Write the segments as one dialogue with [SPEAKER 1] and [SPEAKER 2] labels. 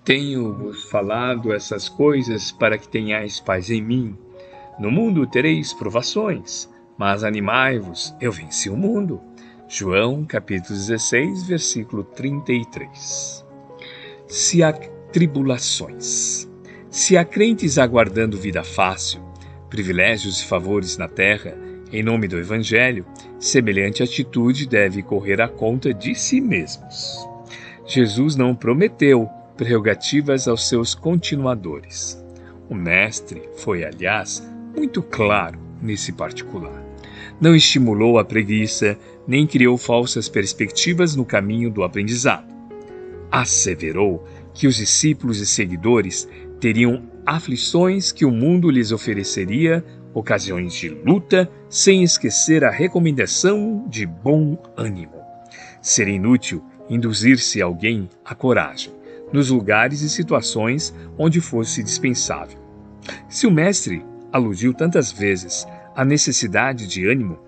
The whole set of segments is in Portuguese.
[SPEAKER 1] Tenho-vos falado essas coisas para que tenhais paz em mim. No mundo tereis provações, mas animai-vos, eu venci o mundo. João, capítulo 16, versículo 33. Se há tribulações, se há crentes aguardando vida fácil, privilégios e favores na terra, em nome do Evangelho, semelhante atitude deve correr à conta de si mesmos. Jesus não prometeu prerrogativas aos seus continuadores. O Mestre foi, aliás, muito claro nesse particular. Não estimulou a preguiça, nem criou falsas perspectivas no caminho do aprendizado. Asseverou que os discípulos e seguidores teriam aflições que o mundo lhes ofereceria, ocasiões de luta, sem esquecer a recomendação de bom ânimo. Seria inútil induzir-se alguém à coragem, nos lugares e situações onde fosse dispensável. Se o Mestre aludiu tantas vezes à necessidade de ânimo,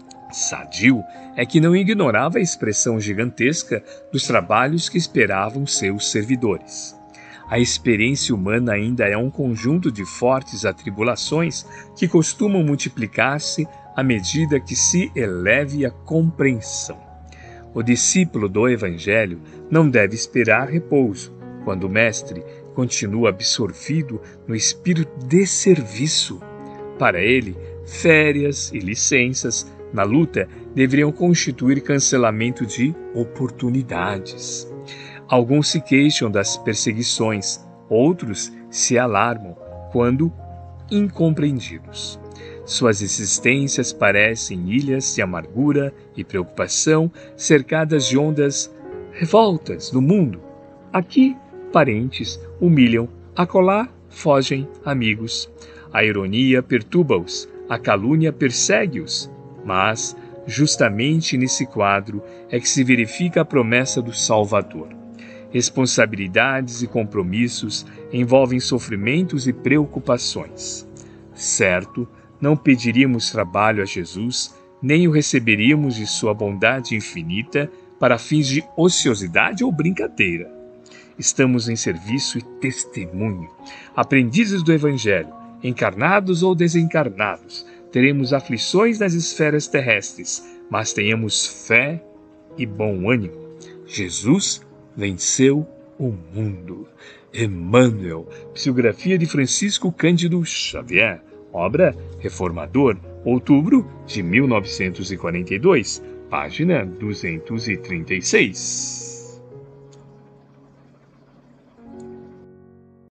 [SPEAKER 1] sadio é que não ignorava a expressão gigantesca dos trabalhos que esperavam seus servidores. A experiência humana ainda é um conjunto de fortes atribulações que costumam multiplicar-se à medida que se eleve a compreensão. O discípulo do Evangelho não deve esperar repouso, quando o Mestre continua absorvido no espírito de serviço. Para ele, férias e licenças na luta deveriam constituir cancelamento de oportunidades. Alguns se queixam das perseguições, outros se alarmam quando incompreendidos. Suas existências parecem ilhas de amargura e preocupação, cercadas de ondas revoltas do mundo. Aqui, parentes humilham, acolá fogem amigos. A ironia perturba-os, a calúnia persegue-os. Mas, justamente nesse quadro é que se verifica a promessa do Salvador. Responsabilidades e compromissos envolvem sofrimentos e preocupações. Certo, não pediríamos trabalho a Jesus, nem o receberíamos de sua bondade infinita para fins de ociosidade ou brincadeira. Estamos em serviço e testemunho, aprendizes do Evangelho, encarnados ou desencarnados. Teremos aflições nas esferas terrestres, mas tenhamos fé e bom ânimo. Jesus venceu o mundo. Emmanuel, psicografia de Francisco Cândido Xavier, obra Reformador, outubro de 1942, página 236.